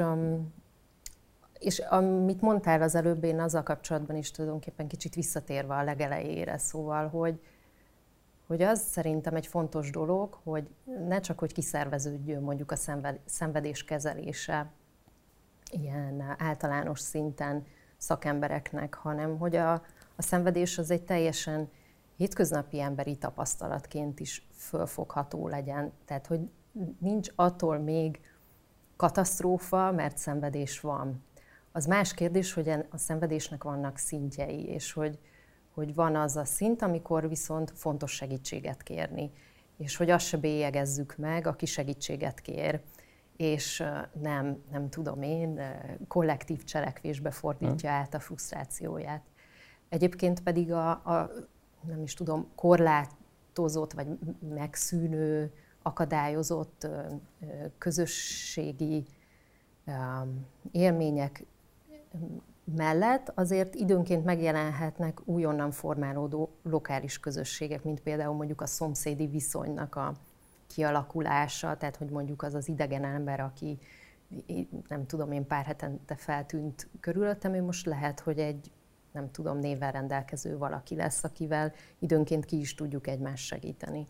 amit mondtál az előbb, én azzal kapcsolatban is tulajdonképpen kicsit visszatérve a legelejére, szóval, hogy az szerintem egy fontos dolog, hogy ne csak, hogy kiszerveződjön mondjuk a szenvedés kezelése ilyen általános szinten szakembereknek, hanem hogy a szenvedés az egy teljesen hétköznapi emberi tapasztalatként is fölfogható legyen. Tehát, hogy nincs attól még katasztrófa, mert szenvedés van. Az más kérdés, hogy a szenvedésnek vannak szintjei, és hogy van az a szint, amikor viszont fontos segítséget kérni, és hogy azt se bélyegezzük meg, aki segítséget kér, és nem tudom én, kollektív cselekvésbe fordítja át a frusztrációját. Egyébként pedig nem is tudom, korlátozott vagy megszűnő, akadályozott közösségi élmények mellett azért időnként megjelenhetnek újonnan formálódó lokális közösségek, mint például mondjuk a szomszédi viszonynak a kialakulása, tehát hogy mondjuk az idegen ember, aki nem tudom én pár hetente feltűnt körülöttem, ő most lehet, hogy egy nem tudom névvel rendelkező valaki lesz, akivel időnként ki is tudjuk egymást segíteni.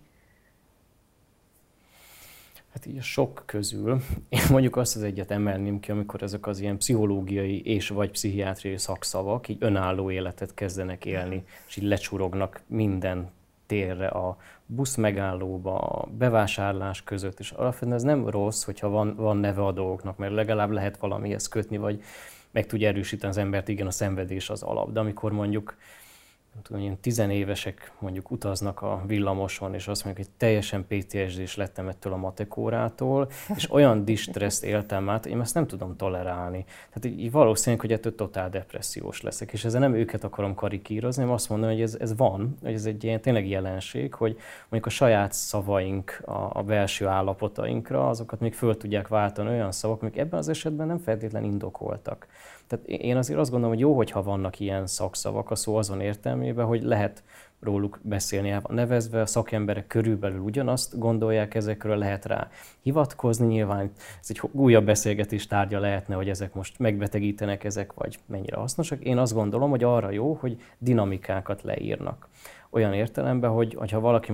Hát így a sok közül én mondjuk azt az egyet emelném ki, amikor ezek az ilyen pszichológiai és vagy pszichiátriai szakszavak így önálló életet kezdenek élni, és így lecsurognak minden térre, a busz megállóba, a bevásárlás között, és alapvetően ez nem rossz, hogyha van neve a dolgoknak, mert legalább lehet valamihez kötni, vagy meg tudja erősíteni az embert, igen, a szenvedés az alap. De amikor mondjuk nem tudom, ilyen 10 évesek mondjuk utaznak a villamoson, és azt mondjuk, hogy teljesen PTSD-s lettem ettől a matek órától, és olyan distresszt éltem át, hogy én ezt nem tudom tolerálni. Tehát így valószínűleg, hogy ettől totál depressziós leszek. És ezzel nem őket akarom karikírozni, hanem azt mondom, hogy ez van, hogy ez egy ilyen tényleg jelenség, hogy mondjuk a saját szavaink, a belső állapotainkra, azokat még föl tudják váltani olyan szavak, amik ebben az esetben nem feltétlenül indokoltak. Tehát én azért azt gondolom, hogy jó, hogyha vannak ilyen szakszavak a szó azon értelmében, hogy lehet róluk beszélni, el van nevezve, a szakemberek körülbelül ugyanazt gondolják ezekről, lehet rá hivatkozni. Nyilván ez egy újabb beszélgetés tárgya lehetne, hogy ezek most megbetegítenek ezek, vagy mennyire hasznosak. Én azt gondolom, hogy arra jó, hogy dinamikákat leírnak. Olyan értelemben, hogy ha valaki mondjuk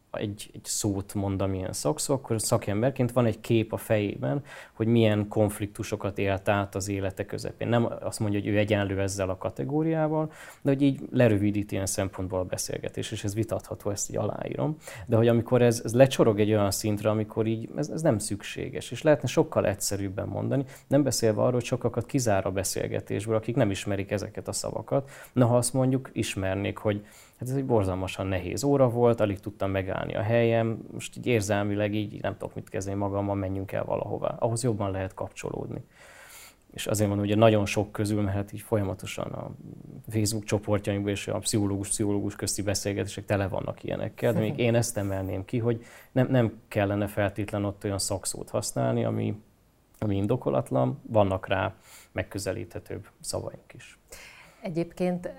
egy szót mond, amilyen szakszó, akkor szakemberként van egy kép a fejében, hogy milyen konfliktusokat élt át az élete közepén. Nem azt mondja, hogy ő egyenlő ezzel a kategóriával, de hogy így lerövidít ilyen szempontból a beszélgetés, és ez vitatható, ezt így aláírom. De hogy amikor ez lecsorog egy olyan szintre, amikor így ez nem szükséges, és lehetne sokkal egyszerűbben mondani, nem beszélve arról, hogy sokakat kizár a beszélgetésből, akik nem ismerik ezeket a szavakat. Na, ha azt mondjuk ismernék, hogy hát ez egy borzalmasan nehéz óra volt, alig tudtam megállni a helyem, most így érzelmileg így nem tudok mit kezdeni magammal, menjünk el valahová. Ahhoz jobban lehet kapcsolódni. És azért mondom, hogy nagyon sok közül, mert hát így folyamatosan a Facebook csoportjainkban és a pszichológus közti beszélgetések tele vannak ilyenekkel, de még én ezt emelném ki, hogy nem kellene feltétlen ott olyan szakszót használni, ami indokolatlan, vannak rá megközelíthetőbb szavaink is. Egyébként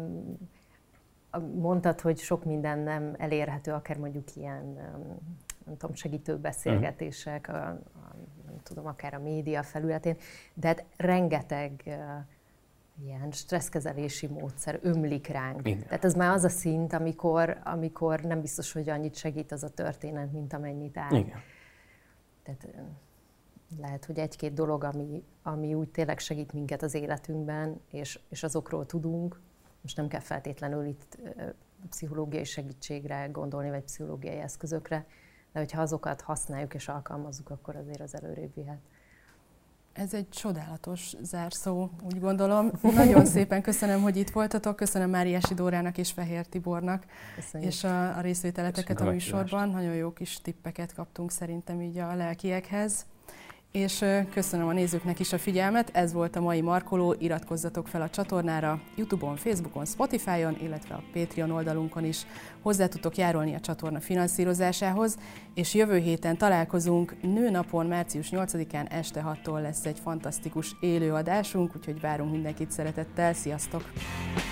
mondtad, hogy sok minden nem elérhető, akár mondjuk ilyen, nem tudom, segítő beszélgetések, nem tudom, akár a média felületén, de hát rengeteg ilyen stresszkezelési módszer ömlik ránk. Igen. Tehát ez már az a szint, amikor nem biztos, hogy annyit segít az a történet, mint amennyit áll. Igen. Tehát lehet, hogy egy-két dolog, ami úgy tényleg segít minket az életünkben, és azokról tudunk. Most nem kell feltétlenül itt pszichológiai segítségre gondolni, vagy pszichológiai eszközökre, de hogyha azokat használjuk és alkalmazzuk, akkor azért az előrébb vihet. Ez egy csodálatos zárszó, úgy gondolom. Nagyon szépen köszönöm, hogy itt voltatok, köszönöm Máriási Dórának és Fehér Tibornak, Köszönjük. és a részvételeteket a műsorban. kívást. Nagyon jó kis tippeket kaptunk szerintem így a lelkiekhez. És köszönöm a nézőknek is a figyelmet, ez volt a mai Markoló, iratkozzatok fel a csatornára, YouTube-on, Facebookon, Spotify-on, illetve a Patreon oldalunkon is hozzá tudtok járulni a csatorna finanszírozásához, és jövő héten találkozunk, nőnapon, március 8-án este 6-tól lesz egy fantasztikus élőadásunk, úgyhogy várunk mindenkit szeretettel, sziasztok!